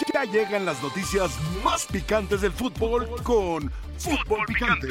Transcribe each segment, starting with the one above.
Ya llegan las noticias más picantes del fútbol con Fútbol Picante.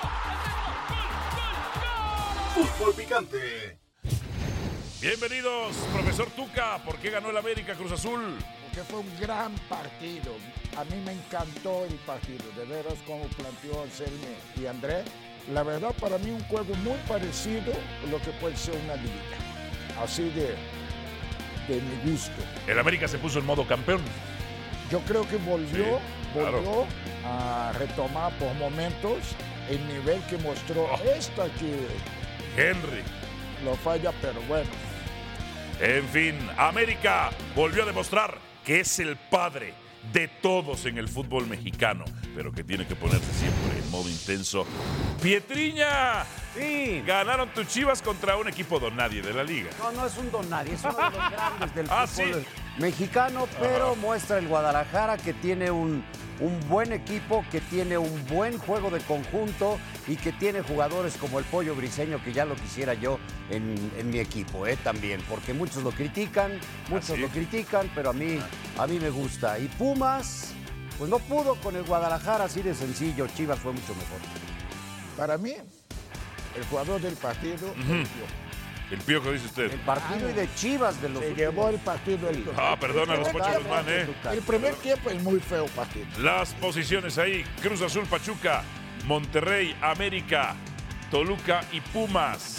Fútbol Picante. Bienvenidos, profesor Tuca. ¿Por qué ganó el América Cruz Azul? Porque fue un gran partido. A mí me encantó el partido. De veras, como planteó Anselmo y André. La verdad, para mí, un juego muy parecido a lo que puede ser una liga. Así de mi gusto. El América se puso en modo campeón. Yo creo que volvió claro. a retomar por momentos el nivel que mostró esta que Henry. lo falla, pero bueno. En fin, América volvió a demostrar que es el padre de todos en el fútbol mexicano, pero que tiene que ponerse siempre en modo intenso. ¡Pietriña! Sí. Ganaron tus Chivas contra un equipo don nadie de la liga. No es un don nadie, es uno de los grandes del Ah, fútbol ¿sí? mexicano, pero muestra el Guadalajara que tiene un buen equipo, que tiene un buen juego de conjunto y que tiene jugadores como el Pollo Briseño, que ya lo quisiera yo en mi equipo, también, porque muchos lo critican, pero a mí me gusta. Y Pumas, pues no pudo con el Guadalajara, así de sencillo. Chivas fue mucho mejor. Para mí, el jugador del partido, El Piojo, dice usted. El partido y de Chivas de los se llevó el partido. Perdona, los Pochos Guzmán, El primer tiempo es muy feo partido. Las posiciones ahí: Cruz Azul, Pachuca, Monterrey, América, Toluca y Pumas.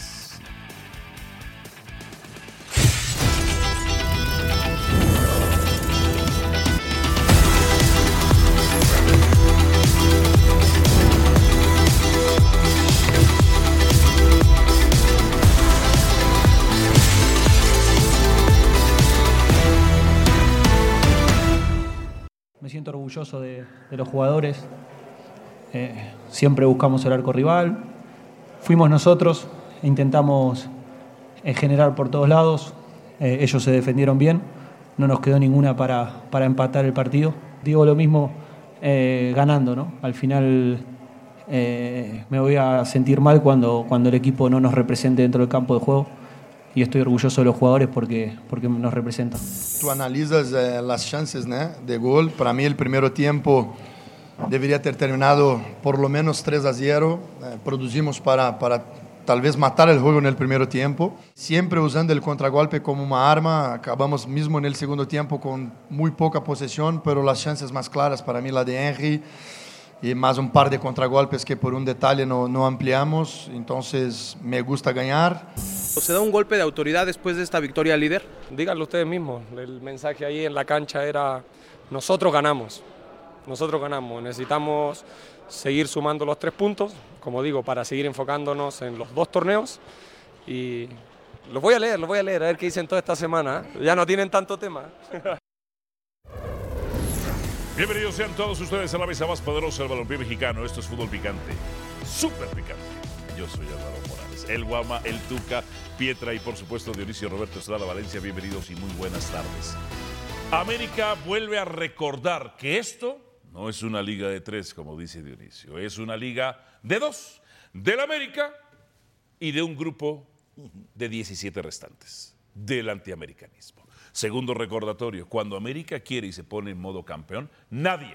Me siento orgulloso de los jugadores. Siempre buscamos el arco rival. Fuimos nosotros, intentamos generar por todos lados. Ellos se defendieron bien. No nos quedó ninguna para empatar el partido. Digo lo mismo ganando, ¿no? Al final me voy a sentir mal cuando el equipo no nos represente dentro del campo de juego. Y estoy orgulloso de los jugadores porque nos representan. Tú analizas las chances, ¿no?, de gol. Para mí el primer tiempo debería ter terminado por lo menos 3-0. Producimos para tal vez matar el juego en el primer tiempo. Siempre usando el contragolpe como una arma. Acabamos mismo en el segundo tiempo con muy poca posesión, pero las chances más claras para mí la de Henry y más un par de contragolpes que por un detalle no ampliamos. Entonces me gusta ganar. ¿Se da un golpe de autoridad después de esta victoria líder? Díganlo ustedes mismos, el mensaje ahí en la cancha era: nosotros ganamos, necesitamos seguir sumando los 3 puntos, como digo, para seguir enfocándonos en los 2 torneos. Y los voy a leer, a ver qué dicen toda esta semana, ya no tienen tanto tema. Bienvenidos sean todos ustedes a la mesa más poderosa del balompié mexicano. Esto es Fútbol Picante, súper picante. Yo soy Álvaro Morales, el Guama, el Tuca, Pietra y por supuesto Dionisio Roberto Estrada Valencia. Bienvenidos y muy buenas tardes. América vuelve a recordar que esto no es una liga de 3, como dice Dionisio. Es una liga de 2, del América y de un grupo de 17 restantes, del antiamericanismo. Segundo recordatorio: cuando América quiere y se pone en modo campeón, nadie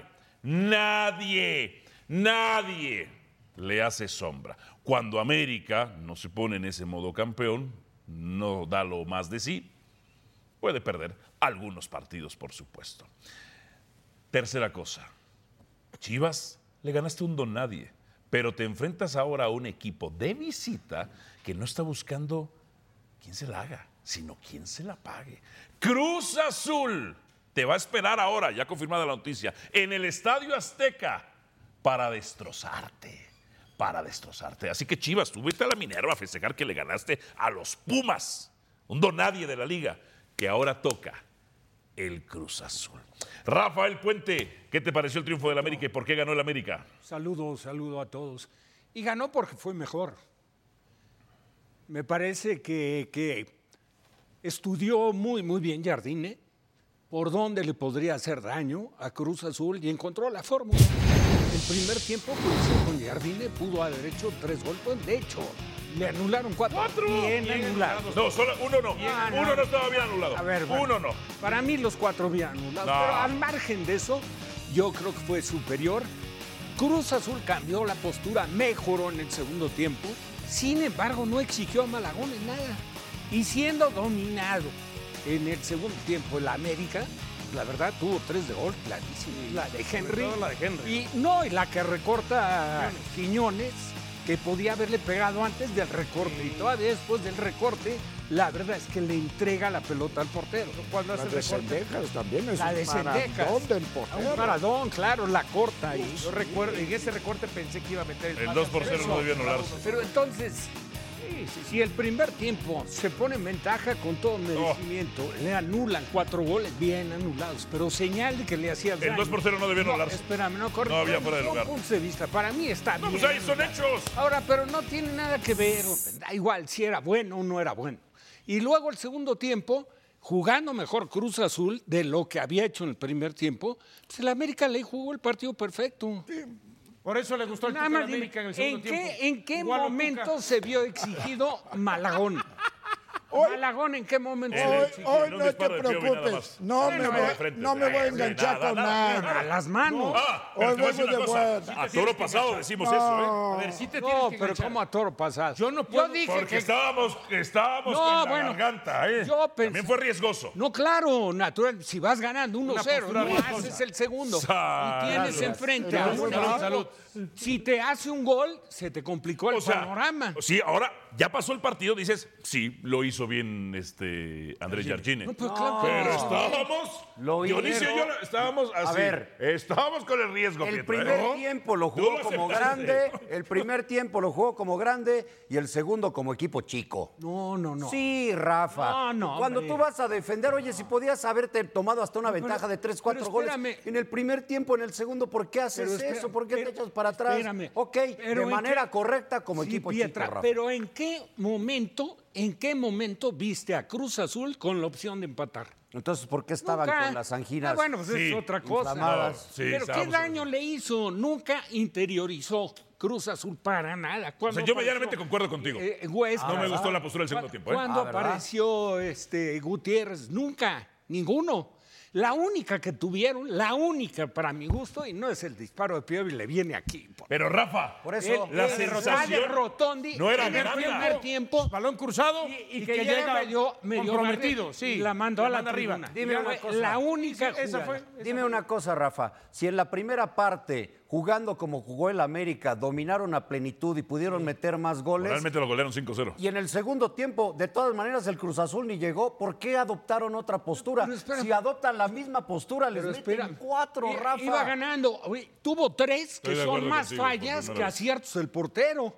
le hace sombra. Cuando América no se pone en ese modo campeón, no da lo más de sí, puede perder algunos partidos, por supuesto. Tercera cosa: Chivas, le ganaste un don nadie, pero te enfrentas ahora a un equipo de visita que no está buscando quién se la haga, sino quién se la pague. Cruz Azul te va a esperar ahora, ya confirmada la noticia, en el Estadio Azteca para destrozarte. Así que Chivas, tú vete a la Minerva a festejar que le ganaste a los Pumas, un don nadie de la liga, que ahora toca el Cruz Azul. Rafael Puente, ¿qué te pareció el triunfo del América y por qué ganó el América? Saludo a todos. Y ganó porque fue mejor. Me parece que estudió muy bien Jardine por dónde le podría hacer daño a Cruz Azul y encontró la fórmula. El primer tiempo con Jardine pudo haber hecho 3 goles. De hecho, Le anularon 4. Bien anulados. No, solo uno no. no. Uno no estaba bien anulado. A ver, bueno, uno no. Para mí los 4 bien anulados. No. Pero al margen de eso, yo creo que fue superior. Cruz Azul cambió la postura, mejoró en el segundo tiempo. Sin embargo, no exigió a Malagón en nada. Y siendo dominado en el segundo tiempo el América, la verdad tuvo 3 de gol, clarísimo. La de Henry. La de Henry. Y la que recorta Quiñones, que podía haberle pegado antes del recorte. Y todavía después del recorte, la verdad es que le entrega la pelota al portero. Cuando La hace de el recorte. Cendejas también es La de un Cendejas. maradón del Un portero. paradón, claro, la corta ahí. Yo recuerdo, en ese recorte pensé que iba a meter El pase 2-0 no debió anularse. Pero entonces, si el primer tiempo se pone en ventaja con todo merecimiento, le anulan 4 goles bien anulados, pero señal de que le hacías El daño. 2-0 no debió anularse. Espérame, no corre. No había fuera de lugar. Punto de vista, para mí está No, bien. pues ahí son hechos. Ahora, pero no tiene nada que ver, da igual si era bueno o no era bueno. Y luego el segundo tiempo, jugando mejor Cruz Azul de lo que había hecho en el primer tiempo, pues el América le jugó el partido perfecto. Por eso le gustó el Nada Tuca más de dime, América en el segundo tiempo. ¿en qué Igual a momento Tuca. se vio exigido Malagón? Malagón, ¿en qué momento se vio Hoy, exigido? hoy en un no te disparo de Piovi nada preocupes, más. no Bueno, me de voy, frente. no me voy a enganchar Nada, con nada. nada. A las manos. Pero te voy a decir Hoy una vamos de cosa. buena. A toro pasado decimos eso, A ver, sí te tienes No, que pero enganchar. ¿cómo a toro pasado? Yo no puedo- dije Porque que... estábamos No, con la bueno, garganta, ¿eh? yo pensé- También fue riesgoso. No, claro, natural. Si vas ganando 1-0, postura no riesgosa. haces el segundo. Salud. Y tienes enfrente a Salud, un salud, equipo. Si te hace un gol, se te complicó el O sea, panorama. sí, ahora ya pasó el partido, dices, sí, lo hizo bien Andrés Jardine. No, pues claro. Pero estábamos, Lo Dionisio y yo hizo. estábamos así. A ver. Estábamos con el riesgo, El Pietro, ¿eh? primer tiempo lo Tú jugó lo como aceptaste. grande, el primer tiempo lo jugó como grande y el segundo como equipo chico. No. Sí, Rafa. No, Cuando hombre. tú vas a defender, oye, si podías haberte tomado hasta una ventaja de 3, 4 pero goles espérame. en el primer tiempo, en el segundo, ¿por qué haces Pero espera- eso? ¿Por qué te pero- echas para atrás? espérame. Ok, Pero de ¿en manera qué? correcta como Sí, equipo Pietra, chico, Rafa. pero ¿en qué momento viste a Cruz Azul con la opción de empatar? Entonces, ¿por qué estaban Nunca. con las anginas? Bueno, pues Sí, es otra cosa. inflamadas. No, sí, Pero ¿qué estábamos- daño le hizo? Nunca interiorizó Cruz Azul para nada. O sea, yo medianamente concuerdo contigo. Huesca. No me gustó la postura del segundo tiempo, ¿eh? Cuando ¿verdad? apareció Gutiérrez, nunca, ninguno. La única que tuvieron, la única para mi gusto, y no es el disparo de Piovi, le viene aquí. Pero Rafa, Por eso, la El sensación de Rotondi no era en el ganarla. primer tiempo. Balón cruzado Y que llega medio comprometido, barrido, sí. y la mandó a la manda arriba. tribuna. Dime una cosa. La única Esa jugada. fue. Dime una cosa, Rafa. Si en la primera parte, jugando como jugó el América, dominaron a plenitud y pudieron meter más goles, realmente lo golearon 5-0. y en el segundo tiempo, de todas maneras, el Cruz Azul ni llegó, ¿por qué adoptaron otra postura? Pero espérame. Si adoptan la misma postura, les Pero meten espérame. 4, Rafa. Iba ganando. Oye, tuvo 3 Estoy que de son acuerdo más contigo, por fallas primera que vez. aciertos del portero.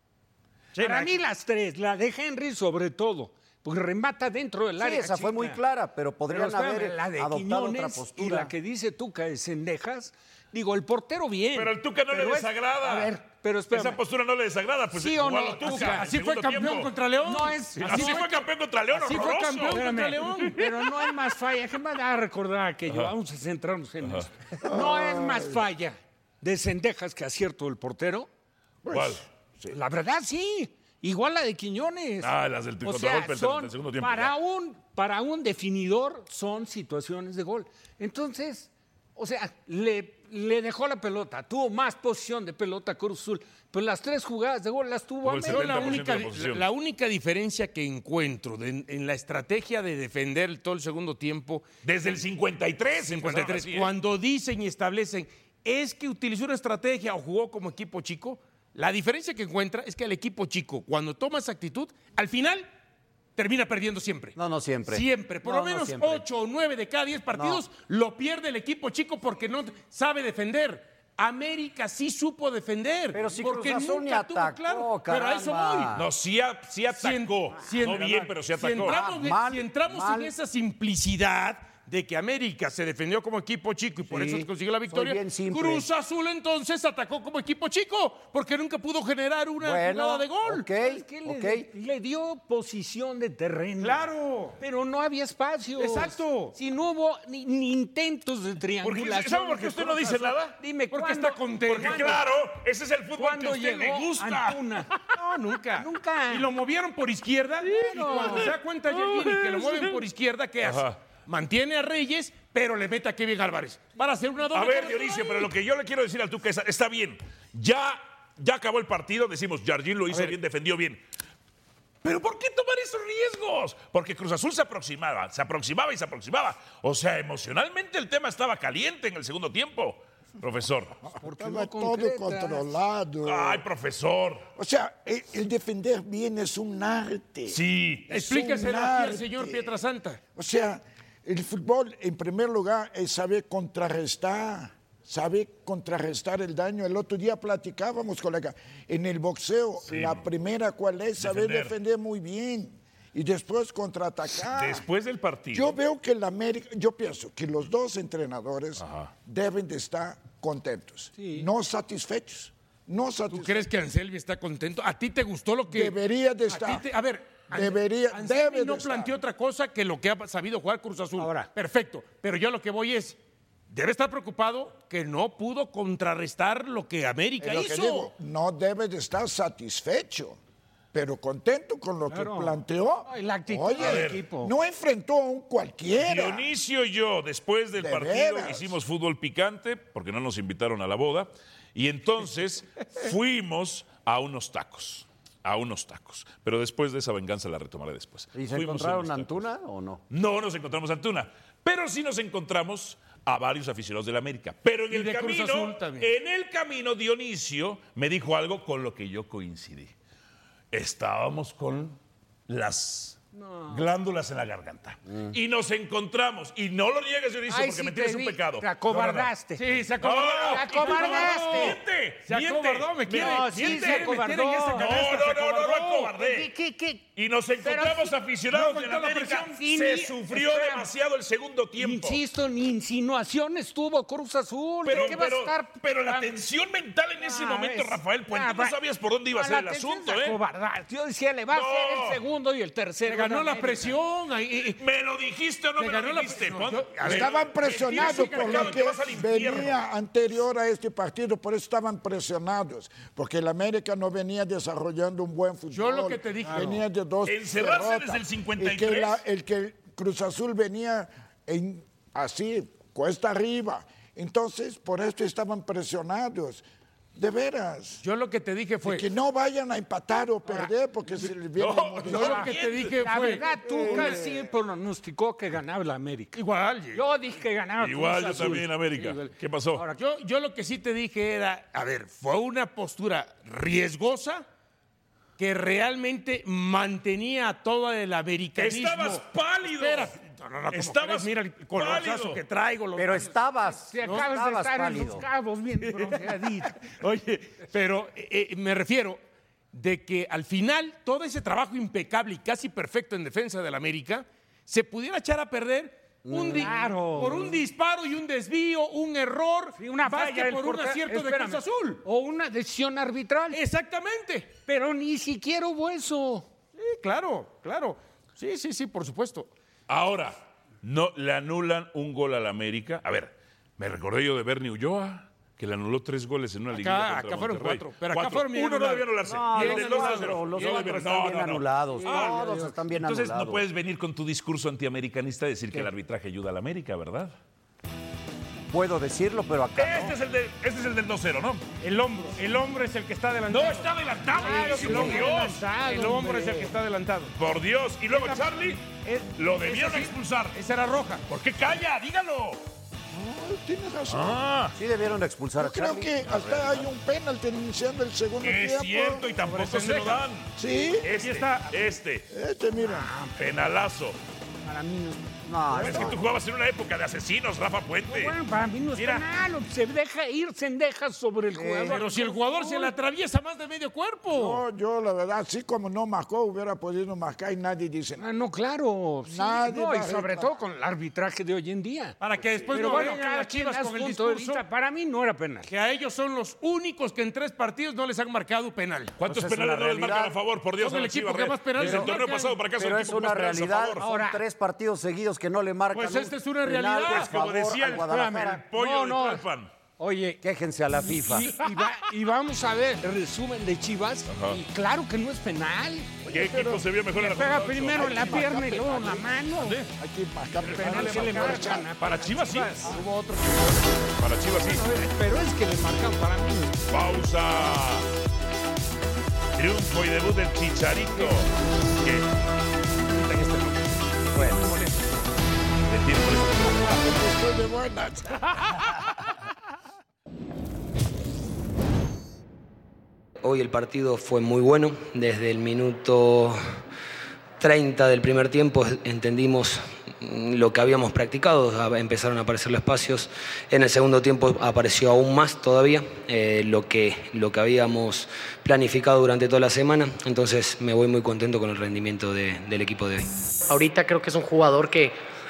Para mí las 3, la de Henry sobre todo, porque remata dentro del Sí, área. esa fue chica. muy clara, pero Pero podrían espérame, haber la de adoptado otra Quiñones postura. y la que dice Tuca de Cendejas. Digo, el portero bien. Pero al Tuca no le pero es- desagrada. A ver, pero espérame. Esa postura no le desagrada. Pues ¿Sí o jugó a no, lo Tuca, Tuca? en Así fue segundo campeón tiempo. contra León. No es- Así fue campeón contra León, Así fue horroroso. campeón contra Espérame, León. pero no es más falla. ¿Qué me da a recordar aquello? Vamos a centrarnos en esto. No es más falla de Cendejas que acierto del portero. ¿Cuál? La verdad, sí. Igual la de Quiñones. Ah, las del contragolpe del segundo tiempo. Para un definidor son situaciones de gol. Entonces, o sea, le dejó la pelota. Tuvo más posición de pelota Cruz Azul. Pero las 3 jugadas de gol las tuvo Tuvo el América. Yo la 70% única, de posesión. la única diferencia que encuentro en la estrategia de defender todo el segundo tiempo, Desde el 53. 53, empezaron así, ¿eh? cuando dicen y establecen, es que utilizó una estrategia o jugó como equipo chico, la diferencia que encuentra es que el equipo chico, cuando toma esa actitud, al final termina perdiendo siempre. No siempre. Siempre. Por No, lo no menos siempre. 8 o 9 de cada 10 partidos lo pierde el equipo chico porque no sabe defender. América sí supo defender. Pero si porque Cruz Azul ni nunca tuvo atacó, claro. Pero a eso caramba. voy. No, sí atacó. No bien, pero sí atacó. Si entramos, mal, si entramos mal. en esa simplicidad de que América se defendió como equipo chico y por Sí, eso consiguió la victoria, bien simple. Cruz Azul entonces atacó como equipo chico porque nunca pudo generar una jugada de gol. Ok, Es que ok. le dio posición de terreno. Claro. Pero no había espacio. Exacto. Si no hubo ni intentos de triangulación. ¿Sabe por qué usted no dice nada? Dime, porque ¿cuándo? está contento. Porque claro, ese es el fútbol que a ¿Cuándo usted le llegó gusta. Antuna? No, nunca. Nunca. Y lo movieron por izquierda. Y cuando se da cuenta Jardine que lo mueven por izquierda, ¿qué hace? Mantiene a Reyes, pero le mete a Kevin Álvarez. Para hacer una doble. A ver, carga. Dionisio, pero lo que yo le quiero decir al Tuca es, está bien. Ya acabó el partido, decimos, Jardín lo hizo bien, defendió bien. ¿Pero por qué tomar esos riesgos? Porque Cruz Azul se aproximaba. O sea, emocionalmente el tema estaba caliente en el segundo tiempo. Profesor. Porque estaba todo controlado. Ay, profesor. O sea, el defender bien es un arte. Sí. Explíqueselo aquí al señor Pietrasanta. O sea, el fútbol, en primer lugar, es saber contrarrestar el daño. El otro día platicábamos, colega, en el boxeo, la primera, ¿cuál es? Saber defender muy bien. Y después contraatacar. Después del partido. Yo veo que yo pienso que los dos entrenadores deben de estar contentos, no satisfechos. ¿Tú crees que Anselmi está contento? ¿A ti te gustó lo que...? Debería de estar. A ver, Anselmi no planteó otra cosa que lo que ha sabido jugar Cruz Azul. Ahora. Perfecto, pero yo lo que voy es, debe estar preocupado que no pudo contrarrestar lo que América Es lo hizo. que digo, no debe de estar satisfecho, pero contento con lo que planteó. Ay, la actitud Oye, del equipo. no enfrentó a un cualquiera. Dionisio y yo, después del De partido, veras. hicimos fútbol picante, porque no nos invitaron a la boda, y entonces fuimos a unos tacos. Pero después de esa venganza la retomaré después. ¿Y se Fuimos encontraron a unos tacos. Antuna o no? No nos encontramos a Antuna, pero sí nos encontramos a varios aficionados de la América. Pero en Y de Cruz Azul también. en el camino, Dionisio me dijo algo con lo que yo coincidí. Estábamos con las glándulas en la garganta. Y nos encontramos. Y no lo niegues, Dionisio, Ay, porque sí, mentir es te un vi. pecado. Te acobardaste. Sí, se acobardó. No, Te acobardaste. Miente, Se miente. acobardó, me quiere. No, sí, miente, se meter acobardó. en esta No, canasta, se acobardó. acobardé. ¿Qué? Y nos encontramos aficionados no de la aguantó la América. presión. Se Sí, sufrió espérame. demasiado el segundo tiempo. Insisto, ni insinuaciones tuvo Cruz Azul. Pero, ¿De qué va a estar? pero la tensión mental en ese momento, Rafael Puente, no sabías por dónde iba a ser el asunto, ¿eh? Yo decía, le va a No. hacer el segundo y el tercero. Se ganó la América. presión. ¿Me lo dijiste o no Se me ganó lo la dijiste? presión. Pon- a ver, Estaban presionados tienes un por pecado lo que que vas al infierno. venía anterior a este partido, por eso estaban presionados, porque el América no venía desarrollando un buen fútbol. Yo lo que te dije. Venía de dos Encerrarse derrotas. desde el 53. Y que el que Cruz Azul venía así, cuesta arriba. Entonces, por esto estaban presionados. De veras. Yo lo que te dije fue. Que no vayan a empatar o perder porque se les viene Yo lo que te dije La fue. verdad, tú casi pronosticó que ganaba la América. Igual. Yo dije que ganaba Igual Cruz yo Azul. también, América. ¿Qué pasó? Ahora, yo lo que sí te dije era, a ver, fue una postura riesgosa que realmente mantenía a todo el americanismo. Estabas pálido. Espérate. No, ¿cómo Estabas crees? Mira el colorzazo pálido. que traigo. los Pero labios. estabas. Te no acabas de estabas estar en pálido. los cabos bien bronceadito. Oye, pero me refiero de que al final todo ese trabajo impecable y casi perfecto en defensa del América se pudiera echar a perder Claro. por un disparo y un desvío, un error, Sí, una más falla que del por un portero. acierto de Espérame. Cruz Azul. O una decisión arbitral. Exactamente. Pero ni siquiera hubo eso. Sí, claro. Sí, por supuesto. Ahora, no le anulan un gol al América. A ver, me recordé yo de Bernie Ulloa, que le anuló 3 goles en una liguilla contra acá fueron Monterrey. 4, pero acá fueron bien Uno no anulados. debió anularse. No, Y los el del 2-0. cuatro, los Y el del- cuatro no, están bien no. anulados. Todos están bien Entonces anulados. no puedes venir con tu discurso antiamericanista y decir que el arbitraje ayuda al América, ¿verdad? Puedo decirlo, pero acá Este es el del 2-0, ¿no? El hombro es el que está adelantado. No, está adelantado. Claro, por Dios. El hombro es el que está adelantado. Por Dios. Y luego Charlie lo debieron expulsar. Esa era roja. ¿Por qué calla? Dígalo. Tienes razón. sí debieron de expulsar Yo a creo Charlie. que hasta hay un penalti iniciando el segundo Es tiempo. cierto, y tampoco se lo dan. Sí, Este, está. mira. penalazo. Para mí No, Es que tú jugabas en una época de asesinos, Rafa Puente. Bueno, para mí no es Mira. penal. Se deja ir Sendejas sobre el jugador. Pero si el jugador se le atraviesa más de medio cuerpo. Yo, la verdad, así como no marcó, hubiera podido marcar y nadie dice nada. Ah, no, claro. Sí, Nadie no, va y a sobre reclamar. todo con el arbitraje de hoy en día. Para que después Pero no bueno, vengan las Chivas con el punto de discurso vista. Para mí no era penal. que a ellos son los únicos que en 3 partidos no les han marcado penal. ¿Cuántos Pues es penales una no les marcan a realidad. favor? Por Dios, Son a el la equipo Chivas, que más penales desde el torneo marcan. pasado para acá son Pero el es equipo que una más penales a realidad. favor. Ahora- Son 3 partidos seguidos que no le marcan. Pues un esta es una penal realidad. a Pues como favor decía al el Guadalajara. pollo No, de Tlalpan. Oye, Quéjense a la FIFA. y vamos a ver el resumen de Chivas. Ajá. Y claro que no es penal. ¿Qué equipo se vio mejor en Le la pega jornada ocho? primero en la pierna y luego en la mano. Hay que marcar Penal se le marcan. Para Chivas sí. Hubo otro. Para Chivas sí. Pero es que le marcan para mí. Pausa. Triunfo y debut del Chicharito. Que Bueno, detiene por eso. Estoy de buenas. Hoy el partido fue muy bueno. Desde el minuto 30 del primer tiempo entendimos lo que habíamos practicado. Empezaron a aparecer los espacios. En el segundo tiempo apareció aún más todavía lo que habíamos planificado durante toda la semana. Entonces me voy muy contento con el rendimiento del equipo de hoy. Ahorita creo que es un jugador que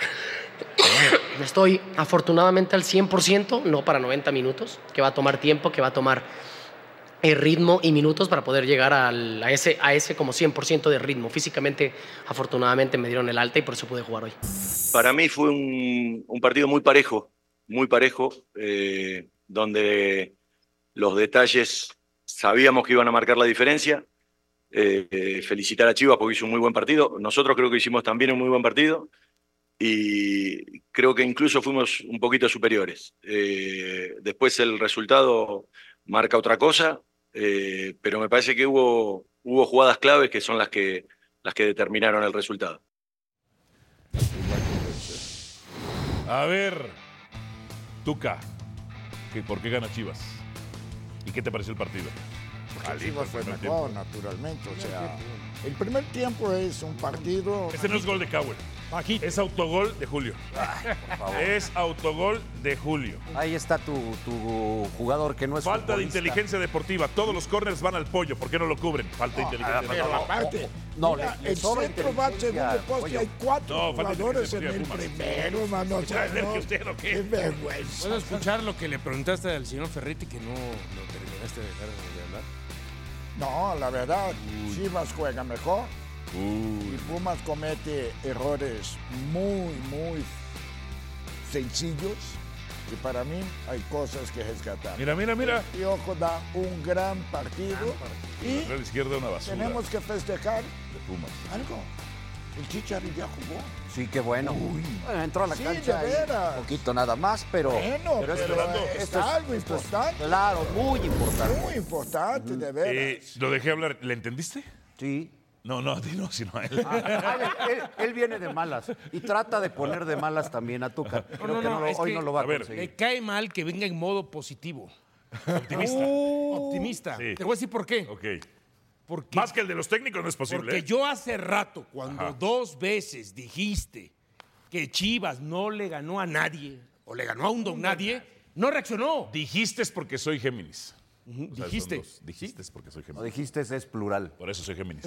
estoy afortunadamente al 100%, no para 90 minutos, que va a tomar tiempo, que va a tomar ritmo y minutos para poder llegar a ese como 100% de ritmo. Físicamente, afortunadamente, me dieron el alta y por eso pude jugar hoy. Para mí fue un partido muy parejo, donde los detalles sabíamos que iban a marcar la diferencia. Felicitar a Chivas porque hizo un muy buen partido. Nosotros creo que hicimos también un muy buen partido y creo que incluso fuimos un poquito superiores. Después el resultado marca otra cosa, pero me parece que hubo jugadas claves que son las que determinaron el resultado. A ver, Tuca, ¿por qué gana Chivas? ¿Y qué te pareció el partido? Porque Chivas fue mejor, naturalmente. O sea, el primer tiempo es un partido. Este no es gol de Cowell. Es autogol de Julio. Es autogol de Julio. ahí está tu jugador que no es Falta de futbolista. inteligencia deportiva. Todos los corners van al pollo. ¿Por qué no lo cubren? Falta de inteligencia Pero deportiva. aparte, No, mira, le el sobra centro va al inteligencia, segundo poste. Pollo. Hay 4 No, falta jugadores en el inteligencia deportiva. primero, mano. O sea, ¿Sabe no, que usted o qué? qué vergüenza. ¿Puedo escuchar lo que le preguntaste al señor Ferretti que no lo terminaste de dejar de hablar? No, la verdad, Chivas juega mejor. Y Pumas comete errores muy sencillos. Y para mí hay cosas que rescatar. Mira. Piojo da un gran partido. Y Lateral izquierda una basura. tenemos que festejar De Pumas. algo. El Chicharito ya jugó. Sí, qué bueno. Bueno, entró a la Sí, cancha de y veras. un poquito nada más, pero... Bueno, pero esto es algo importante. Claro, muy importante. Muy importante, de veras. Lo dejé hablar. ¿Le entendiste? Sí. No, a ti no, sino a él. Él viene de malas y trata de poner de malas también a Tuca. Creo que es hoy que, no lo va a a ver, conseguir. Me cae mal que venga en modo positivo. Optimista. Optimista. Sí. Te voy a decir por qué. Ok. Porque, Más que el de los técnicos no es posible. porque ¿eh? yo hace rato, cuando Ajá. 2 veces dijiste que Chivas no le ganó a nadie, o le ganó a un don nadie, no reaccionó. Dijiste es porque soy Géminis. O sea, son Dijiste. dos. Dijiste es porque soy Lo Géminis. dijiste es plural. Por eso soy Géminis.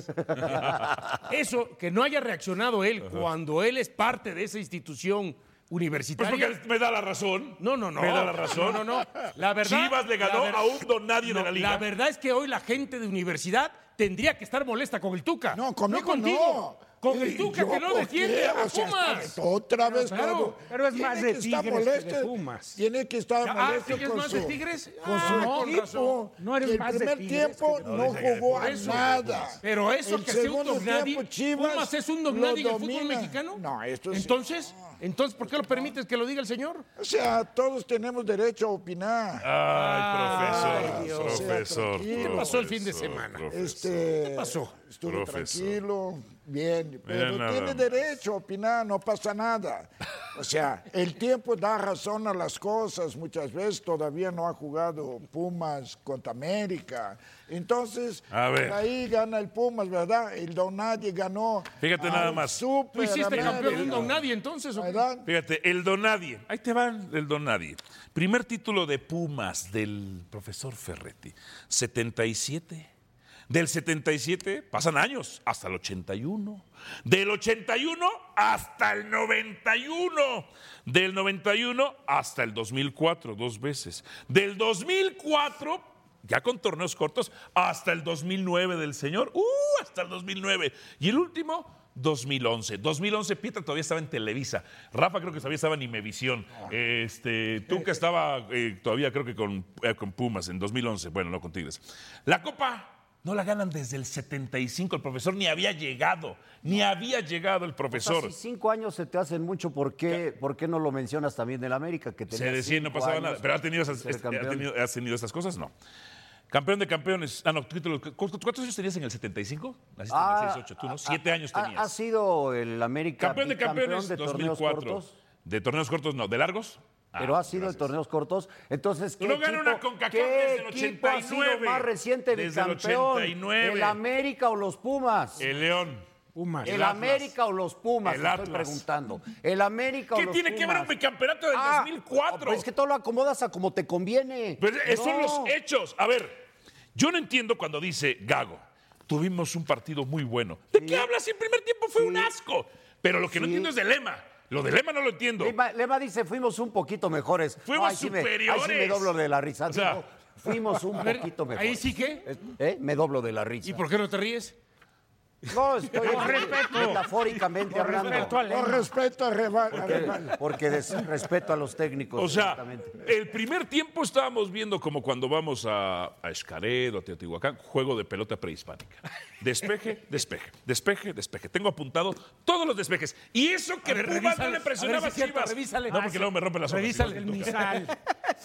Eso, que no haya reaccionado él cuando él es parte de esa institución Pues universitaria. porque me da la razón. No. Me da la razón. No. La verdad, Chivas le ganó a un don nadie de la liga. La verdad es que hoy la gente de universidad tendría que estar molesta con el Tuca. No, conmigo contigo. no. Con el Tuca Yo, que no ¿por defiende qué? a O sea, Pumas. otra vez, Claro, pero es más Tiene de que estar Tigres que de molesto, Pumas. Tiene que estar molesto ¿sí que es con más su, de Tigres? con su No, con equipo. razón. No eres el más de primer Tigres tiempo que de no jugó a eso, nada. Pero eso El que sea un segundo don nadie, tiempo, Chivas Pumas es un don lo nadie en el fútbol domina. mexicano. No, esto sí. Entonces, ¿por qué lo permites que lo diga el señor? O sea, todos tenemos derecho a opinar. Ay, Dios. profesor. Tranquilo. ¿Qué pasó el fin de semana? ¿Qué pasó? Estuve Profesor. tranquilo, bien, pero Mira tiene nada más. derecho a opinar, no pasa nada. O sea, el tiempo da razón a las cosas. Muchas veces todavía no ha jugado Pumas contra América. Entonces, A ver. ahí gana el Pumas, ¿verdad? El Don Nadie ganó. Fíjate al nada más. Super ¿Tú hiciste América. campeón de un Don Nadie entonces? ¿o qué? ¿Verdad? Fíjate, el Don Nadie. Ahí te va el Don Nadie. Primer título de Pumas del profesor Ferretti. 77. Del 77 pasan años hasta el 81. Del 81 hasta el 91. Del 91 hasta el 2004, 2 veces. Del 2004, ya con torneos cortos, hasta el 2009 del señor. Hasta el 2009. Y el último, 2011. 2011, Pietra todavía estaba en Televisa. Rafa creo que todavía estaba en Imevisión. Tuca estaba todavía creo que con Pumas en 2011. Bueno, no con Tigres. La Copa no la ganan desde el 75. El profesor ni había llegado. Ni había llegado el profesor. Si 5 años se te hacen mucho, ¿por qué no lo mencionas también del América? Que Se tenía decía y no 5 pasaba años nada. Pero ¿has tenido, de ser campeón. ¿has tenido estas cosas? No. Campeón de campeones. Título. ¿Cuántos años tenías en el 75? Naciste en el 68. Tú, ¿no? 7 años tenías. ¿Ha sido el América Campeón de campeones, de torneos 2004. cortos? De torneos cortos no. ¿De largos? Pero ha sido de torneos cortos. Entonces, No gana una CONCACAF desde el equipo ha sido 89? más reciente Desde el bicampeón? 89. ¿El América o los Pumas? El León. Pumas. ¿El América o los Pumas? El Estoy Atlas. preguntando. ¿El América o ¿Qué los tiene Pumas? que ver un bicampeonato del 2004? Pues es que todo lo acomodas a como te conviene. Pero esos son No. los hechos. A ver, yo no entiendo cuando dice Gago, tuvimos un partido muy bueno. ¿De qué hablas si el primer tiempo fue un asco? Pero lo que no entiendo es de Lema. Lo de Lema no lo entiendo. Lema dice, fuimos un poquito mejores. Fuimos ahí sí superiores. ahí sí me doblo de la risa. O sea, Digo, fuimos un poquito mejores. ¿Ahí sí qué? Me doblo de la risa. ¿Y por qué no te ríes? No, estoy Con respeto. metafóricamente hablando. respeto al- Con respeto a Rival. Porque respeto a los técnicos. O sea, exactamente. el primer tiempo estábamos viendo como cuando vamos a Xcaret o a Teotihuacán, juego de pelota prehispánica. Despeje, despeje, despeje, despeje. Tengo apuntado todos los despejes. Y eso que A ver, Pumas no revísale, le presionaba a ver a si es cierto, Chivas. revísale. No, porque luego me rompen las hojas. Revísale igual el que toca. misal.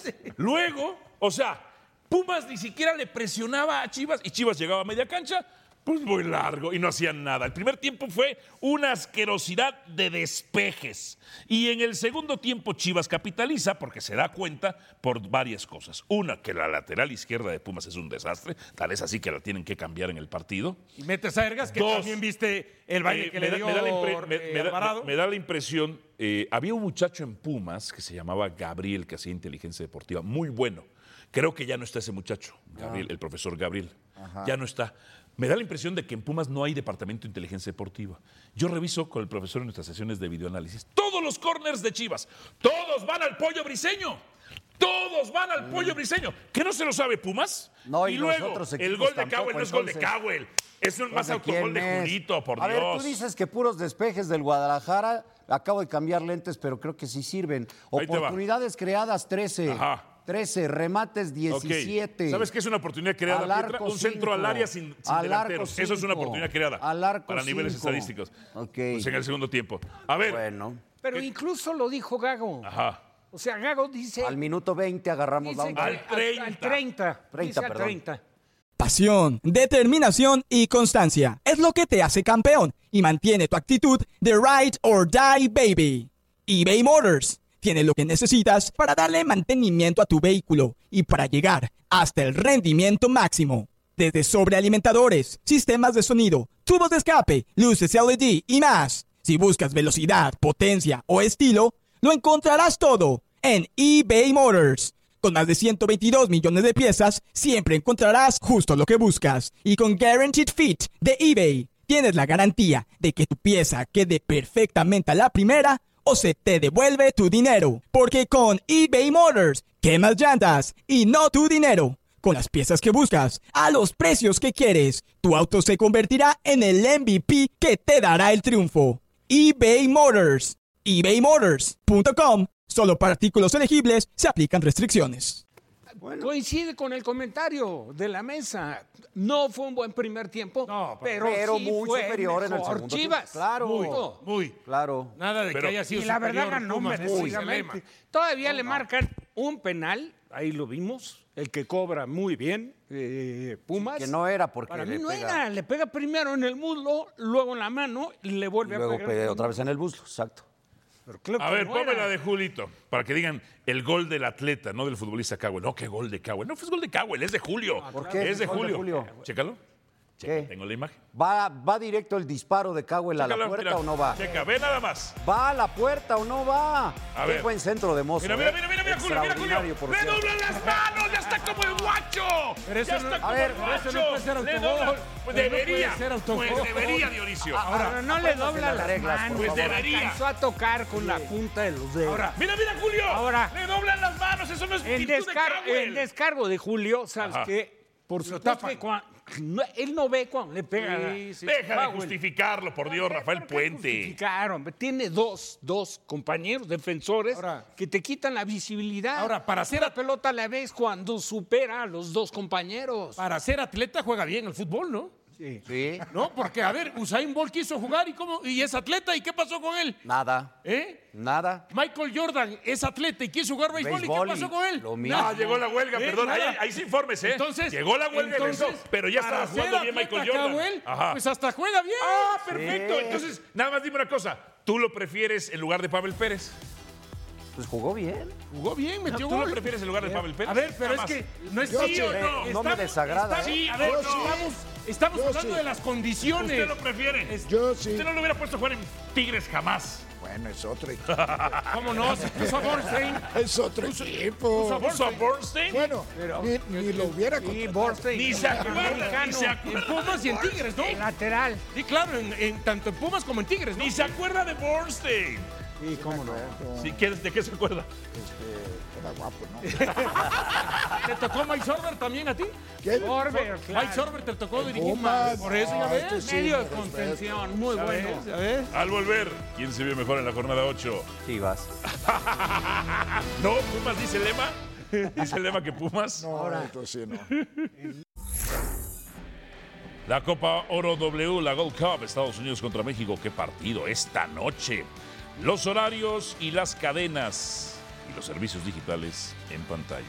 Luego, o sea, Pumas ni siquiera le presionaba a Chivas y Chivas llegaba a media cancha, pues muy largo y no hacían nada. El primer tiempo fue una asquerosidad de despejes. Y en el segundo tiempo Chivas capitaliza porque se da cuenta por varias cosas. Una, que la lateral izquierda de Pumas es un desastre, tal es así que la tienen que cambiar en el partido. Y metes a Ergas, que Dos. también viste el baile que le dio Alvarado. me da la impresión, había un muchacho en Pumas que se llamaba Gabriel, que hacía inteligencia deportiva, muy bueno. Creo que ya no está ese muchacho, Gabriel, el profesor Gabriel. Ya no está. Me da la impresión de que en Pumas no hay departamento de inteligencia deportiva. Yo reviso con el profesor en nuestras sesiones de videoanálisis. Todos los corners de Chivas, todos van al Pollo Briseño. Todos van al Pollo Briseño. ¿Qué no se lo sabe Pumas? No, y y los luego, otros el equipos gol de tampoco, Cowell no es gol de entonces. Cowell. Es un más ¿De autogol quién de es? Julito, por A Dios. ver, tú dices que puros despejes del Guadalajara. Acabo de cambiar lentes, pero creo que sí sirven. Ahí te va. Oportunidades creadas, 13. Ajá. 13, remates 17. Ok. ¿Sabes qué es una oportunidad creada, Al Pietra? arco Un centro 5. al área sin Al delanteros. arco Eso es una 5. oportunidad creada Al arco para niveles 5. estadísticos. Ok. Pues en el segundo tiempo. A ver. Bueno. Pero incluso lo dijo Gago. Ajá. O sea, Gago dice... Al minuto 20 agarramos la dice onda. que Al 30. Al 30. 30, dice al perdón. 30. Pasión, determinación y constancia es lo que te hace campeón y mantiene tu actitud de ride or die, baby. eBay Motors tiene lo que necesitas para darle mantenimiento a tu vehículo y para llegar hasta el rendimiento máximo. Desde sobrealimentadores, sistemas de sonido, tubos de escape, luces LED y más. Si buscas velocidad, potencia o estilo, lo encontrarás todo en eBay Motors. Con más de 122 millones de piezas, siempre encontrarás justo lo que buscas. Y con Guaranteed Fit de eBay, tienes la garantía de que tu pieza quede perfectamente a la primera o se te devuelve tu dinero. Porque con eBay Motors, quemas llantas y no tu dinero. Con las piezas que buscas, a los precios que quieres, tu auto se convertirá en el MVP que te dará el triunfo. eBay Motors. ebaymotors.com. Solo para artículos elegibles se aplican restricciones. Coincide con el comentario de la mesa. No fue un buen primer tiempo, pero sí muy fue superior en el mejor segundo Chivas. tiempo. Claro. Muy. Claro. Nada de Pero- que haya sido Y la verdad superior ganó Pumas, merecidamente. Lema. Todavía le marcan un penal, ahí lo vimos, el que cobra muy bien, Pumas. Que no era porque Para le mí no pega. era, le pega primero en el muslo, luego en la mano y le vuelve Luego a pegar. pega otra vez en el muslo, exacto. Pero claro A que ver, no ponme era. la de Julito, para que digan el gol del atleta, no del futbolista Cowell. No, qué gol de Cowell. No fue gol de Cowell, es de Julio. ¿Por qué? Es de ¿Gol de Julio. Julio? Chécalo. ¿Qué? Tengo la imagen. ¿Va directo el disparo de Cowell a la Chécalo, puerta mira. o no va? Checa, ve nada más. ¿Va a la puerta o no va? A Qué ver. buen centro de Mozo. Mira, Julio, mira, Julio. Extraordinario, por ¡Le cierto. doblan las manos! ¡Ya está como el guacho! Pero eso ¡Ya no- está a como ver, el pero eso no guacho! puede ser ¡Le autogol. doblan! Pues Pero no debería. puede ser autogol. Pues debería, Dionisio. Ahora, no le dobla las reglas, por manos. Pues favor. debería. Alcanzó a tocar con la punta de los dedos. Ahora, mira, Julio. Ahora. Le doblan las manos. Eso no es El virtud de Cowell. descargo de Julio, ¿sabes Ajá. qué? Por supuesto que él no ve cuando le pega. Deja de justificarlo, por Dios, Rafael Puente. Claro, tiene dos compañeros defensores que te quitan la visibilidad. Ahora, para ser la pelota a la vez cuando supera a los dos compañeros. Para ser atleta juega bien el fútbol, ¿no? Sí. No, porque a ver, Usain Bolt quiso jugar y es atleta, ¿y qué pasó con él? Nada. Nada. Michael Jordan es atleta y quiso jugar béisbol, ¿y qué pasó con él? Lo mismo. Ah, llegó la huelga, perdón. Nada. Ahí sí informes, ¿eh? Entonces, llegó la huelga y regresó, pero ya estaba para jugando ser bien Michael atleta Jordan. Cowell, Ajá. pues hasta juega bien. Ah, perfecto. Entonces, nada más dime una cosa. ¿Tú lo prefieres en lugar de Pavel Pérez? Pues jugó bien. Jugó bien, metió ¿Tú gol. lo prefieres en lugar de Pavel Pérez? A ver, pero Nada es que más. no es ¿Sí sí o no? No me desagrada. Sí, a ¿eh? ver, Yo sí. estamos Yo hablando sí. de las condiciones. ¿Usted lo prefiere? Yo sí. Usted no lo hubiera puesto a jugar en Tigres jamás. Bueno, es otro equipo. ¿Cómo no? Se puso a Borstein. Es otro equipo. ¿Puso a Borstein? Bueno, ni lo hubiera contratado. Ni se acuerda, ni se En acuerda. Pumas y en Tigres, ¿no? Lateral. Sí, claro, tanto en Pumas como en Tigres, ¿no? Ni se acuerda de Borstein. Sí, cómo no. Sí, ¿de qué se acuerda? Era guapo, ¿no? ¿Te tocó Mike Sorber también a ti? ¿Qué? Sorber, claro. Mike Sorber te tocó dirigir. Pumas. Por eso ya ves. este sí, Medio me de respeto. contención, muy bueno. ¿Ya ves? Al volver, ¿quién se vio mejor en la jornada 8? Chivas. No, Pumas dice Lema. Dice Lema que Pumas. No, esto sí no. La Copa Oro W, la Gold Cup, Estados Unidos contra México. ¿Qué partido esta noche? Los horarios y las cadenas y los servicios digitales en pantalla.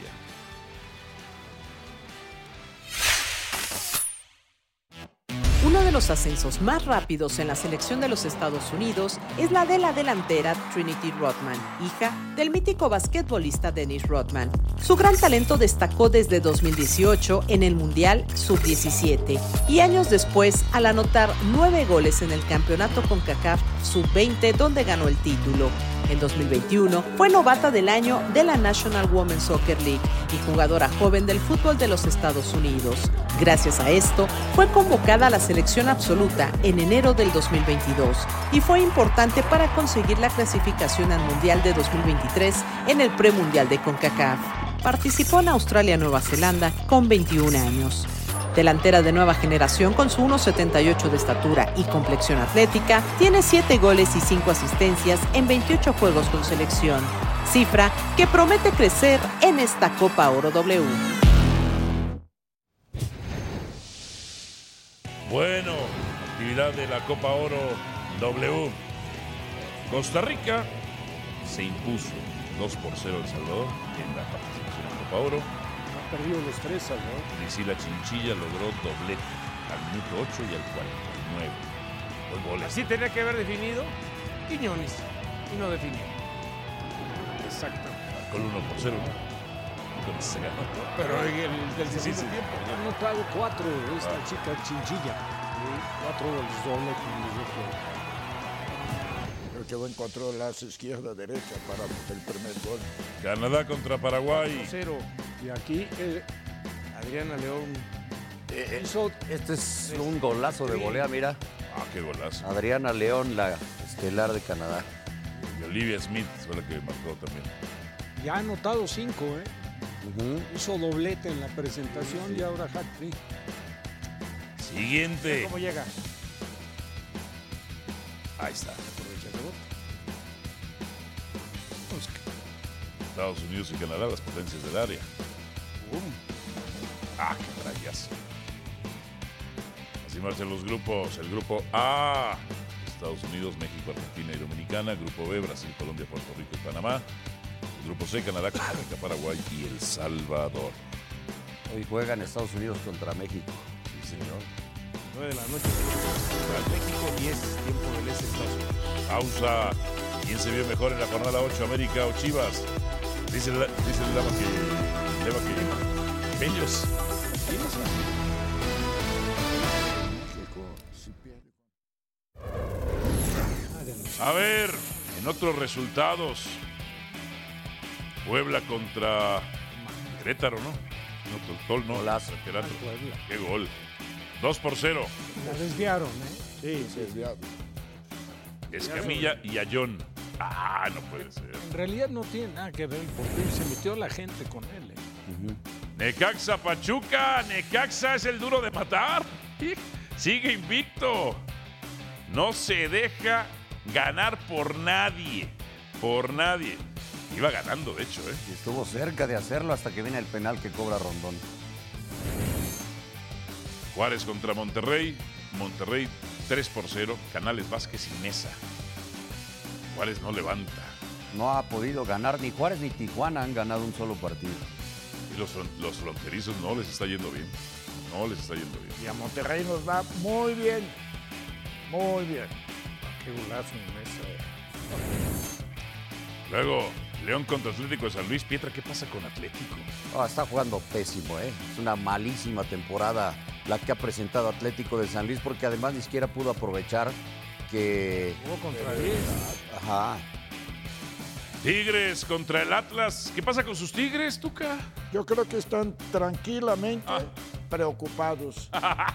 Uno de los ascensos más rápidos en la selección de los Estados Unidos es la de la delantera Trinity Rodman, hija del mítico basquetbolista Dennis Rodman. Su gran talento destacó desde 2018 en el Mundial Sub-17 y años después al anotar 9 goles en el campeonato CONCACAF Sub-20 donde ganó el título. En 2021 fue novata del año de la National Women's Soccer League y jugadora joven del fútbol de los Estados Unidos. Gracias a esto, fue convocada a la selección absoluta en enero del 2022 y fue importante para conseguir la clasificación al Mundial de 2023 en el premundial de CONCACAF. Participó en Australia-Nueva Zelanda con 21 años. Delantera de nueva generación con su 1,78 de estatura y complexión atlética, tiene 7 goles y 5 asistencias en 28 juegos con selección, cifra que promete crecer en esta Copa Oro W. Bueno, actividad de la Copa Oro W. Costa Rica se impuso 2-0 El Salvador en la participación en Copa Oro. Ha perdido los 3, Salvador. Priscila Chinchilla logró doblete al minuto 8 y al 49. Dos goles. Así tenía que haber definido Quiñones y no definió. Exacto. Con 1-0, ¿no? Con ese se ganó. Pero en el del Sí, segundo sí. tiempo. Ha anotado 4 esta chica Chinchilla. 4 goles doble con Creo que encontró la izquierda-derecha para el primer gol. Canadá contra Paraguay. 0. Y aquí Adriana León. hizo Este es un golazo de volea, mira. Ah, qué golazo. Adriana León, la estelar de Canadá. Y Olivia Smith fue la que marcó también. ya ha anotado 5, Hizo doblete en la presentación y ahora hat-trick. Siguiente. ¿Cómo llega? Ahí está. Estados Unidos y Canadá, las potencias del área. Ah, qué trayazo. Así marchan los grupos. El grupo A, Estados Unidos, México, Argentina y Dominicana. Grupo B, Brasil, Colombia, Puerto Rico y Panamá. Grupo C, Canadá, Costa Rica, Paraguay y El Salvador. Hoy juegan Estados Unidos contra México. Sí, señor. 9 de la noche. México, 10, tiempo del este, Estados Unidos. Pausa. ¿Quién se vio mejor en la jornada 8, América o Chivas? Dice el Lema que ellos. A ver, en otros resultados. Puebla contra Querétaro, ¿no? No, Querétaro. Qué gol. 2-0. La desviaron, ¿eh? Sí, desviaron. Escamilla y Ayón. Ah, no puede ser. En realidad no tiene nada que ver porque se metió la gente con él. Necaxa Pachuca. Necaxa es el duro de matar. Sigue invicto. No se deja ganar por nadie. Por nadie. Iba ganando, de hecho, ¿eh? Y estuvo cerca de hacerlo hasta que viene el penal que cobra Rondón. Juárez contra Monterrey. Monterrey 3-0. Canales Vázquez y Mesa. Juárez no levanta. No ha podido ganar ni Juárez ni Tijuana han ganado un solo partido. Y los fronterizos no les está yendo bien. No les está yendo bien. Y a Monterrey nos va muy bien. Muy bien. Qué golazo en Mesa. Luego, León contra Atlético de San Luis. Pietra, ¿qué pasa con Atlético? Está jugando pésimo, ¿eh? Es una malísima temporada la que ha presentado Atlético de San Luis porque además ni siquiera pudo aprovechar que... Jugó contra 10. Ajá. Tigres contra el Atlas. ¿Qué pasa con sus Tigres, Tuca? Yo creo que están tranquilamente preocupados.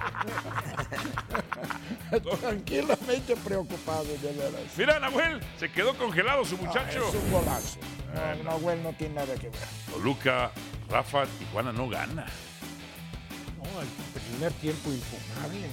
Tranquilamente preocupados, de veras. Mira, Nahuel, se quedó congelado su muchacho. Es un golazo. No, Nahuel no tiene nada que ver. Toluca, Rafa, Tijuana no gana. No, el primer tiempo impugable.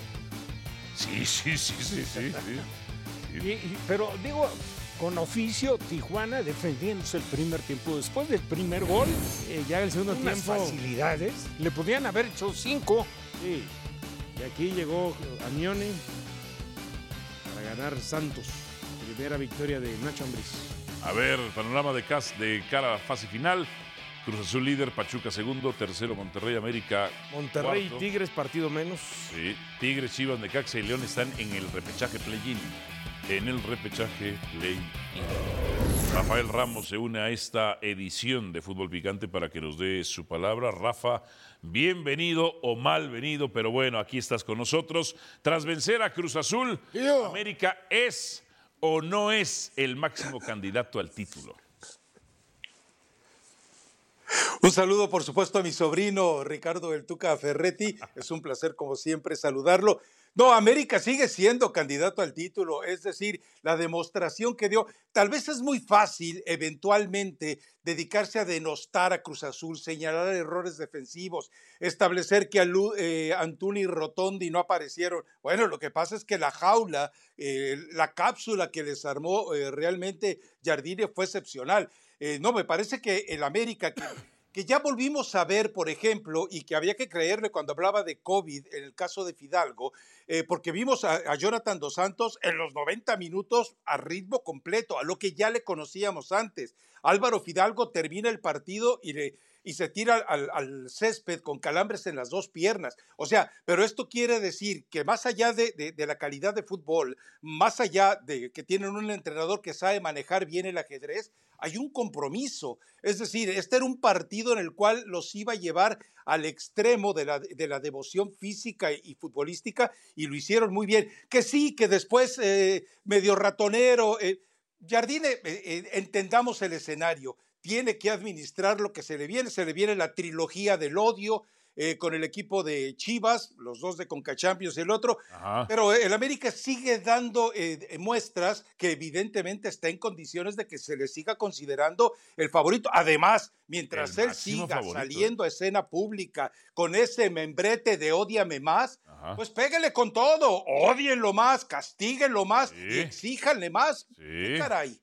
Sí. Pero digo, con oficio, Tijuana defendiéndose el primer tiempo. Después del primer gol, ya el segundo tiempo. Facilidades. Le podían haber hecho 5. Sí. Y aquí llegó Amione para ganar Santos. Primera victoria de Nacho Ambriz. A ver, panorama de cara a fase final. Cruz Azul líder, Pachuca segundo, tercero Monterrey, América Monterrey cuarto. y Tigres partido menos. Sí, Tigres, Chivas, Necaxa y León están en el repechaje play-in. En el repechaje play-in. Rafael Ramos se une a esta edición de Fútbol Picante para que nos dé su palabra. Rafa, bienvenido o malvenido, pero bueno, aquí estás con nosotros. Tras vencer a Cruz Azul, América es o no es el máximo candidato al título. Un saludo, por supuesto, a mi sobrino Ricardo El Tuca Ferretti. Es un placer, como siempre, saludarlo. No, América sigue siendo candidato al título, es decir, la demostración que dio. Tal vez es muy fácil, eventualmente, dedicarse a denostar a Cruz Azul, señalar errores defensivos, establecer que Antuna y Rotondi no aparecieron. Bueno, lo que pasa es que la jaula, la cápsula que les armó realmente Jardine fue excepcional. No, me parece que el América, que ya volvimos a ver, por ejemplo, y que había que creerle cuando hablaba de COVID, en el caso de Fidalgo, porque vimos a Jonathan Dos Santos en los 90 minutos a ritmo completo, a lo que ya le conocíamos antes. Álvaro Fidalgo termina el partido y se tira al césped con calambres en las dos piernas. O sea, pero esto quiere decir que más allá de la calidad de fútbol, más allá de que tienen un entrenador que sabe manejar bien el ajedrez, hay un compromiso. Es decir, este era un partido en el cual los iba a llevar al extremo de la devoción física y futbolística, y lo hicieron muy bien. Que sí, que después medio ratonero. Jardine, entendamos el escenario. Tiene que administrar lo que se le viene la trilogía del odio con el equipo de Chivas, los dos de Conca Champions y el otro, pero el América sigue dando muestras que evidentemente está en condiciones de que se le siga considerando el favorito. Además, mientras él siga saliendo a escena pública con ese membrete de ódiame más, pues péguele con todo, ódienlo más, castíguenlo más y exíjanle más. ¿Qué caray?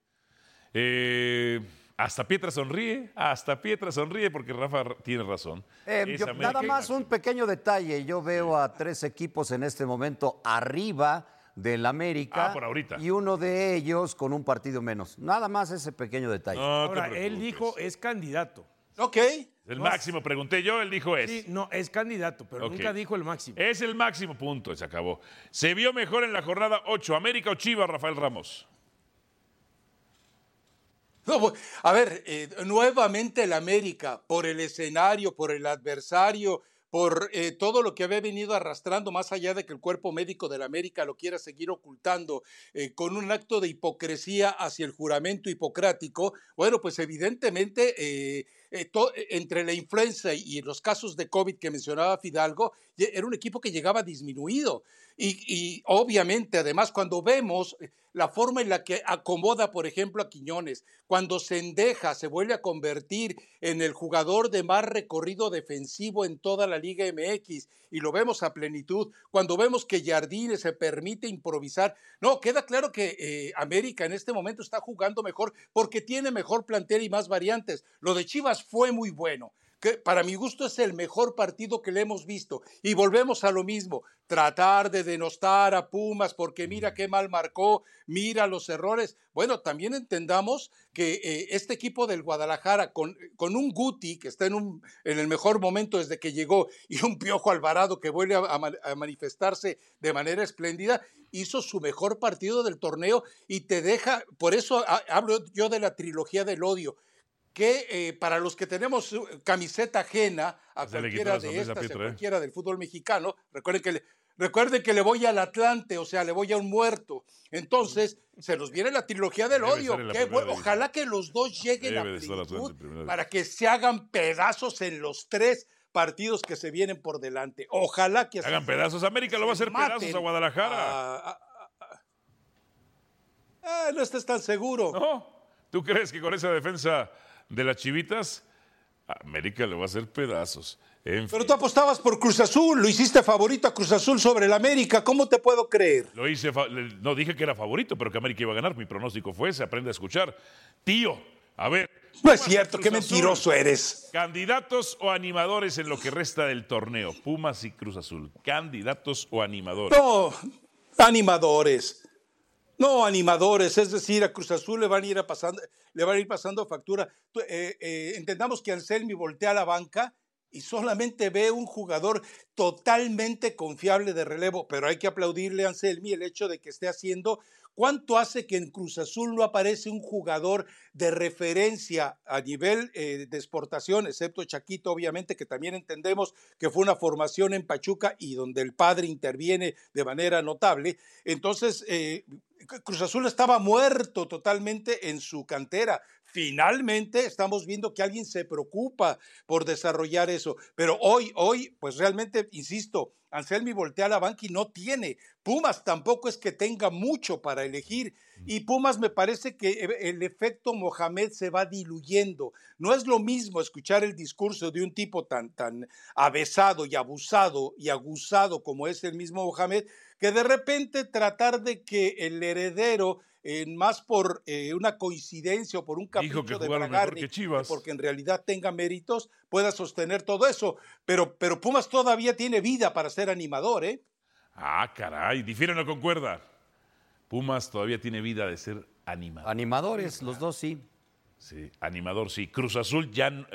Hasta Pietra sonríe porque Rafa tiene razón. Nada más un pequeño detalle. Yo veo a tres equipos en este momento arriba del América. Por ahorita. Y uno de ellos con un partido menos. Nada más ese pequeño detalle. Ahora, él dijo es candidato. Ok. El máximo, pregunté yo, él dijo es. Sí, no, es candidato, pero Ok. nunca dijo el máximo. Es el máximo, punto, se acabó. ¿Se vio mejor en la jornada 8, América o Chivas, Rafael Ramos? No, a ver, nuevamente el América, por el escenario, por el adversario, por todo lo que había venido arrastrando, más allá de que el cuerpo médico del América lo quiera seguir ocultando con un acto de hipocresía hacia el juramento hipocrático, bueno, pues evidentemente entre la influenza y los casos de COVID que mencionaba Fidalgo, era un equipo que llegaba disminuido. Y obviamente, además, cuando vemos la forma en la que acomoda, por ejemplo, a Quiñones, cuando Cendeja se vuelve a convertir en el jugador de más recorrido defensivo en toda la Liga MX, y lo vemos a plenitud, cuando vemos que Jardine se permite improvisar, no, queda claro que América en este momento está jugando mejor porque tiene mejor plantel y más variantes. Lo de Chivas fue muy bueno, que para mi gusto es el mejor partido que le hemos visto. Y volvemos a lo mismo, tratar de denostar a Pumas porque mira qué mal marcó, mira los errores. Bueno, también entendamos que este equipo del Guadalajara, con un Guti que está en el mejor momento desde que llegó, y un Piojo Alvarado que vuelve a manifestarse de manera espléndida, hizo su mejor partido del torneo y te deja, por eso hablo yo de la trilogía del odio, que para los que tenemos camiseta ajena a cualquiera de estas, a cualquiera del fútbol mexicano, recuerden que le voy al Atlante, o sea, le voy a un muerto. Entonces, se nos viene la trilogía del odio. Ojalá que los dos lleguen a plenitud para que se hagan pedazos en los 3 partidos que se vienen por delante. Ojalá que hagan pedazos. América lo va a hacer pedazos a Guadalajara. No estés tan seguro. ¿No? ¿Tú crees que con esa defensa de las Chivitas, América le va a hacer pedazos? Pero tú apostabas por Cruz Azul, lo hiciste favorito a Cruz Azul sobre el América, ¿cómo te puedo creer? Lo hice, no dije que era favorito, pero que América iba a ganar. Mi pronóstico fue ese, aprende a escuchar. Tío, a ver. No es cierto, qué mentiroso eres. ¿Candidatos o animadores en lo que resta del torneo? Pumas y Cruz Azul. ¿Candidatos o animadores? No, animadores. No, animadores, es decir, a Cruz Azul le van a ir pasando factura. Entendamos que Anselmi voltea a la banca y solamente ve un jugador totalmente confiable de relevo, pero hay que aplaudirle a Anselmi el hecho de que esté haciendo. ¿Cuánto hace que en Cruz Azul no aparece un jugador de referencia a nivel de exportación, excepto Chaquito, obviamente, que también entendemos que fue una formación en Pachuca y donde el padre interviene de manera notable? Entonces, Cruz Azul estaba muerto totalmente en su cantera. Finalmente estamos viendo que alguien se preocupa por desarrollar eso. Pero hoy, pues realmente, insisto, Anselmi voltea a la banca y no tiene. Pumas tampoco es que tenga mucho para elegir. Y Pumas me parece que el efecto Mohamed se va diluyendo. No es lo mismo escuchar el discurso de un tipo tan avesado y abusado y aguzado como es el mismo Mohamed, que de repente tratar de que el heredero, más por una coincidencia o por un capricho de Bragarni, porque en realidad tenga méritos, pueda sostener todo eso. Pero Pumas todavía tiene vida para ser animador, ¿eh? Ah, caray, difiere o no concuerda. Pumas todavía tiene vida de ser animador. Animadores, los dos sí. Sí, animador sí. Cruz Azul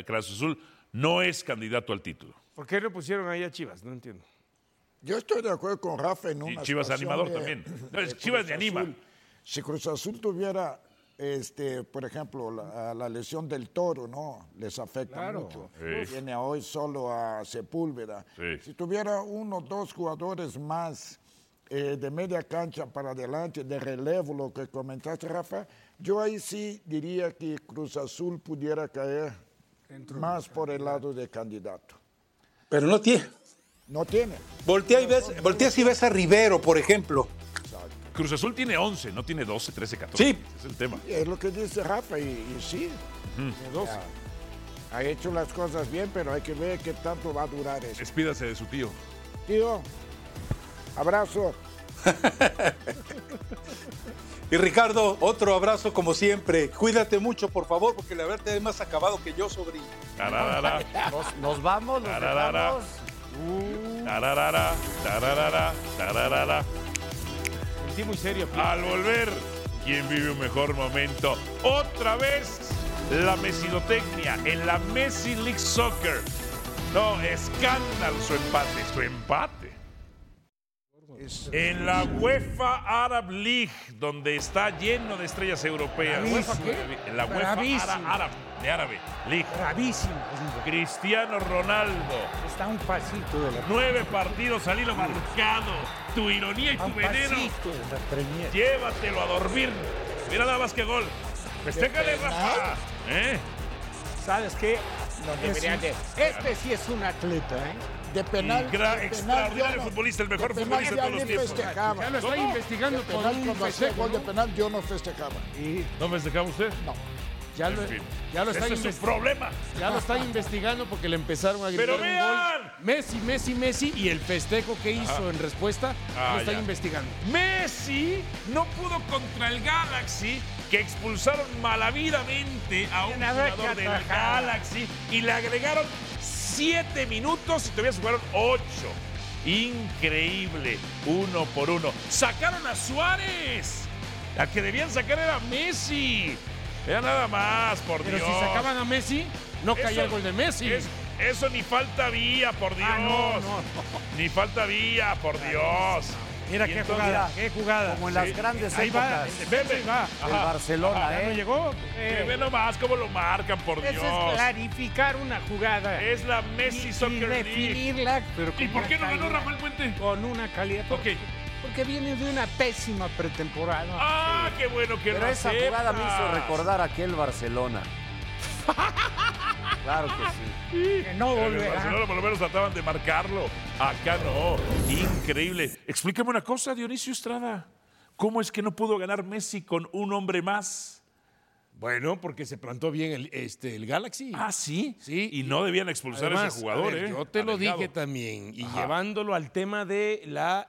no es candidato al título. ¿Por qué le pusieron ahí a Chivas? No entiendo. Yo estoy de acuerdo con Rafa en una Chivas animador también. No, Chivas de anima. Si Cruz Azul tuviera, por ejemplo, la lesión del Toro, ¿no? Les afecta mucho. Sí. Tiene hoy solo a Sepúlveda. Sí. Si tuviera 1 o 2 jugadores más de media cancha para adelante, de relevo, lo que comentaste, Rafa, yo ahí sí diría que Cruz Azul pudiera caer más por el lado de candidato. Pero no tiene. No tiene. Volteas y ves a Rivero, por ejemplo. Cruz Azul tiene 11, no tiene 12, 13, 14. Sí. Ese es el tema. Es lo que dice Rafa, y sí. Tiene 12. Ha hecho las cosas bien, pero hay que ver qué tanto va a durar eso. Despídase de su tío. Tío, abrazo. Y Ricardo, otro abrazo como siempre. Cuídate mucho, por favor, porque la verdad te ves más acabado que yo, sobrino. Nos vamos, nos dejamos. sentí muy serio. Al volver, ¿quién vive un mejor momento? Otra vez la mesidotecnia en la Messi League Soccer. No, escándalo su empate. En la UEFA Arab League, donde está lleno de estrellas europeas. Bravísimo. En la UEFA de Árabe League. Bravísimo. Cristiano Ronaldo. Está un pasito de la 9 partidos al hilo marcado. Tu ironía y tu veneno. Llévatelo a dormir. Mira nada más que gol. Festéjale, Rafa. ¿Sabes qué? Este sí es un atleta, ¿eh? De penal. Extraordinario futbolista, el mejor futbolista de todos los tiempos. Festejaba. Ya lo está investigando por un Cuando hacía festejo, gol de ¿no? penal, yo no festejaba. ¿No festejaba usted? No. Ya lo, En fin. ya lo está Ese es su problema. Ya lo está investigando porque le empezaron a gritar ¡Pero un vean! gol. Messi, y el festejo que hizo en respuesta lo está ya. investigando. Messi no pudo contra el Galaxy, que expulsaron malavidamente a un jugador del Galaxy y le agregaron 7 minutos y todavía se jugaron 8. Increíble, 1 por 1. Sacaron a Suárez. La que debían sacar era Messi. Vean nada más, por Pero Dios. si sacaban a Messi, no caía el gol de Messi. Eso ni falta había, por Dios. No. Ni falta había, por Dios. Mira Y qué entonces- jugada, qué jugada. Como en las grandes Ahí va, épocas Ve. del Barcelona, ¿Ya no ¿eh? llegó? Que ve nomás cómo lo marcan, por Dios. Eso es clarificar una jugada. Es la Messi Soccer League. definirla, pero ¿Y con por una qué no ganó calidad- Rafael Puente? Con una calidad. Ok. Porque viene de una pésima pretemporada. Ah, qué bueno que Pero lo esa jugada me hizo aceptas. recordar a aquel Barcelona. Claro que sí. Que no En el volverá. Barcelona por lo menos trataban de marcarlo. Acá no. Increíble. Explícame una cosa, Dionisio Estrada. ¿Cómo es que no pudo ganar Messi con un hombre más? Bueno, porque se plantó bien el Galaxy. Ah, ¿sí? Sí. Y no debían expulsar a ese jugador, a ver, ¿eh? Yo te lo Alejado. dije también. Y Ajá. llevándolo al tema de la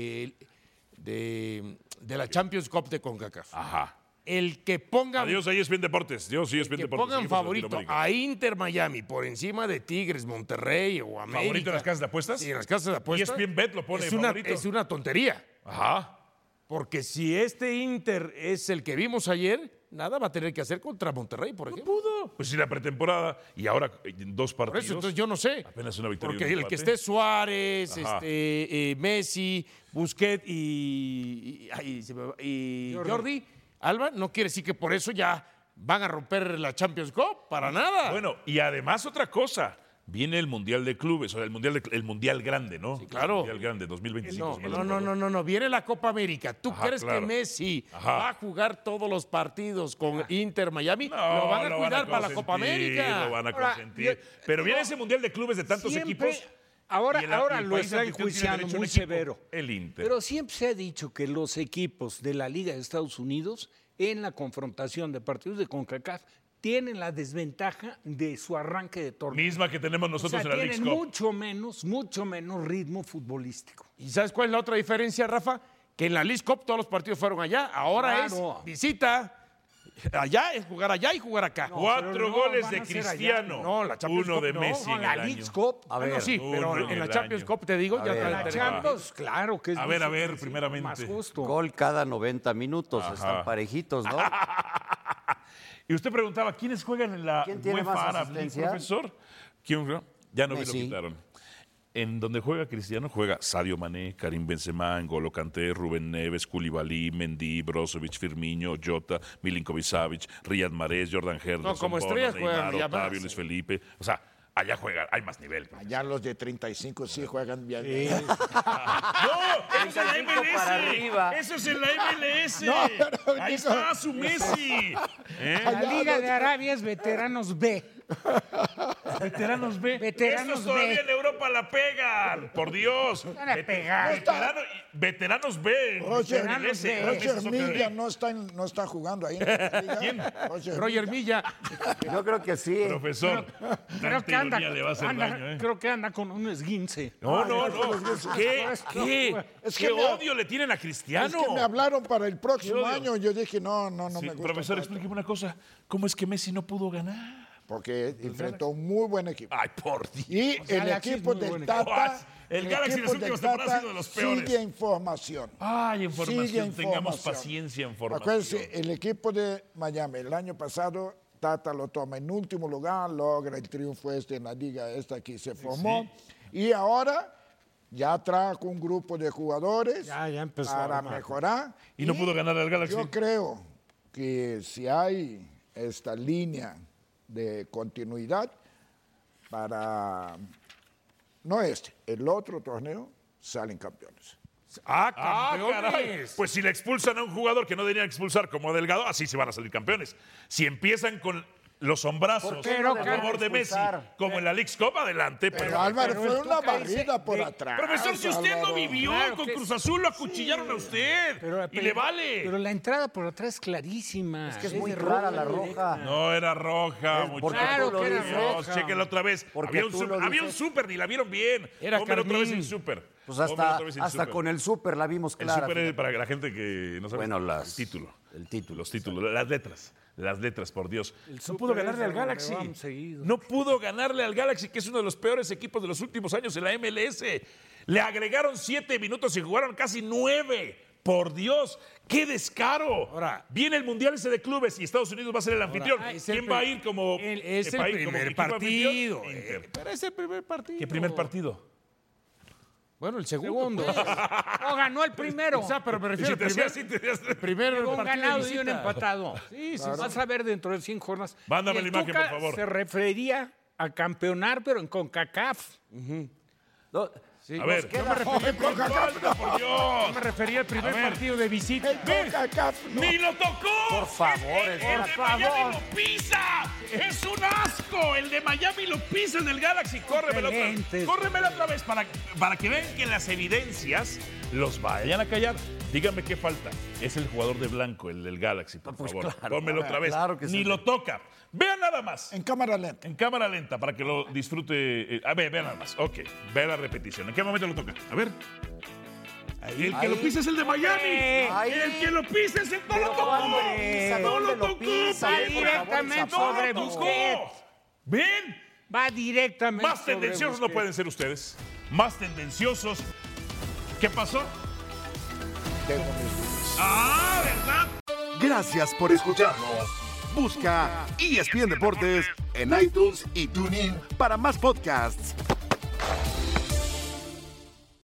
de la Champions Cup de CONCACAF. Ajá. El que pongan, Adiós, ahí es bien deportes. Dios, sí, es bien que deportes. pongan Seguimos en favorito Latinoamérica. a Inter Miami por encima de Tigres, Monterrey o América. ¿Favorito en las casas de apuestas? Sí, en las casas de apuestas. ESPN Bet lo pone es una, favorito. es una tontería. Ajá. Porque si este Inter es el que vimos ayer, nada va a tener que hacer contra Monterrey, por ejemplo. Pudo. Pues sí, la pretemporada y ahora en 2 Por partidos. eso, entonces yo no sé. Apenas una victoria. Porque y un el que empate. esté Suárez, Ajá. Messi, Busquets y Jordi Alba, no quiere decir que por eso ya van a romper la Champions Cup, para nada. Bueno, y además otra cosa. Viene el Mundial de Clubes, o sea, el Mundial grande, ¿no? Sí, claro. El Mundial grande, 2025. No, viene la Copa América. ¿Tú Ajá, crees claro. que Messi Ajá. va a jugar todos los partidos con Inter Miami? No, lo van a lo cuidar para la Copa consentir, América. Lo van a Ahora, consentir. Pero viene ese Mundial de Clubes de tantos Siempre- equipos. Ahora, y el ahora país lo está anfitrión tiene enjuiciando derecho a un muy equipo, severo. El Inter. Pero siempre se ha dicho que los equipos de la Liga de Estados Unidos en la confrontación de partidos de CONCACAF tienen la desventaja de su arranque de torneo. Misma que tenemos O nosotros sea, en la Leagues tienen Cup. mucho menos ritmo futbolístico. ¿Y sabes cuál es la otra diferencia, Rafa? Que en la Leagues Cup todos los partidos fueron allá. Ahora Claro. es visita. Allá es jugar allá y jugar acá. No, 4 pero no, goles van de a ser allá. Cristiano. No, la Champions 1 Cup de no. Messi No, en la el Leagues año. Cup. A ver, sí, pero uno en la del Champions año. Cup te digo, ya ver, trae La derecho. Champions, claro que es A ver, primeramente. más justo. Gol cada 90 minutos. Ajá. Están parejitos, ¿no? Y usted preguntaba, ¿quiénes juegan en la ¿Quién tiene UEFA más Arab League, asistencia? profesor? ¿Quién juega? Ya no me lo Messi. quitaron. En donde juega Cristiano, juega Sadio Mané, Karim Benzema, N'Golo Kanté, Rubén Neves, Koulibaly, Mendy, Brozovic, Firmino, Jota, Milinkovic-Savic, Riyad Mahrez, Jordan Henderson, No, como Bono, estrellas Neymar, juegan ya Otavio, más. Luis Felipe. O sea, allá juegan, hay más nivel. Allá los de 35 sí juegan bien. ¡No! ¡Eso es en la 35 para arriba. MLS! ¡Eso es en la MLS! No, pero ¡Ahí digo- está su Messi! ¿Eh? La Liga de Arabia es veteranos B. Veteranos B. Veteranos Estos todavía B. en Europa la pegan, por Dios. Van a pegar. Veteranos B. Roger, MLS, Roger Soccer Milla League. no está jugando ahí. En la liga. ¿Quién? Roger Milla. Yo creo que sí. Profesor, Creo que anda, le va a hacer daño, ¿eh? creo que anda con un esguince. No. ¿Qué Es que me- odio le tienen a Cristiano? Es que me hablaron para el próximo Qué odio. año. Yo dije, no Sí, me gusta. profesor, explíqueme una cosa. ¿Cómo es que Messi no pudo ganar? porque enfrentó un muy buen equipo. Ay, por Dios. Y el Galaxy es equipo muy del buen Tata... El Galaxy en las últimas temporadas ha sido de los peores. Sigue información. Ay, información. Sigue Tengamos información. paciencia en formación. Acuérdense, el equipo de Miami el año pasado, Tata lo toma en último lugar, logra el triunfo en la liga esta que se formó. Y ahora ya trajo un grupo de jugadores para mejorar. Y no pudo ganar al Galaxy. Yo creo que si hay esta línea de continuidad para... No el otro torneo, salen campeones. ¡Campeones! Pues si le expulsan a un jugador que no deberían expulsar como a Delgado, así se van a salir campeones. Si empiezan con los hombrazos a favor de Messi, como en la Leagues Cup, adelante. Pero Álvaro, fue una barrida por atrás. Profesor, si usted Álvaro. no vivió con Cruz Azul, lo acuchillaron a usted. Y le vale. Pero la entrada por atrás es clarísima. Es que es muy clara la roja. No era roja, muchachos. Claro que era No, roja. chéquenla otra vez. Había un súper, ni la vieron bien. Era Pónmelo otra vez Carmín. en súper. Pues hasta con el súper la vimos El clara. súper es para la gente que no sabe. Bueno, el título. Los títulos, las letras, por Dios. No pudo ganarle al Galaxy. No pudo ganarle al Galaxy, que es uno de los peores equipos de los últimos años en la MLS. Le agregaron 7 minutos y jugaron casi 9. Por Dios, qué descaro. Ahora, viene el Mundial ese de clubes y Estados Unidos va a ser el anfitrión. ¿Quién va a ir como Es el país, primer equipo partido. anfitrión? Inter. Pero es el primer partido. ¿Qué primer partido? Bueno, el segundo. No, ganó el primero. O sea, pero me refiero al primer Un partido ganado de y un visita. empatado. Sí, sí. Vas a ver dentro de 100 jornadas. Mándame Y el la imagen, Tuca por favor. Se refería a campeonar, pero en CONCACAF. Sí. A ver, yo me refería, por Dios. yo me refería al primer partido de visita. ¡Ni lo tocó! Por favor, el de Miami lo pisa. ¡Es un asco! El de Miami lo pisa en el Galaxy. Córremela otra vez para que vean que las evidencias los vayan a callar. Díganme qué falta. Es el jugador de blanco, el del Galaxy, por favor. claro, Pónmelo otra vez. claro que Ni sí. lo toca. Vean nada más. En cámara lenta. En cámara lenta, para que lo disfrute. A ver, vean nada más. Ok, ve la repetición. ¿En qué momento lo toca? A ver. El que lo pisa es el de Miami. Ahí. El que lo pisa es el no lo tocó. No lo tocó. Va directamente sobre Busquets. ¿Ven? Va directamente Más sobre tendenciosos no Busquets. pueden ser ustedes. Más tendenciosos. ¿Qué pasó? Tengo mis dudas. Ah, ¿verdad? Gracias por escucharnos. Busca ESPN Deportes en iTunes y TuneIn para más podcasts.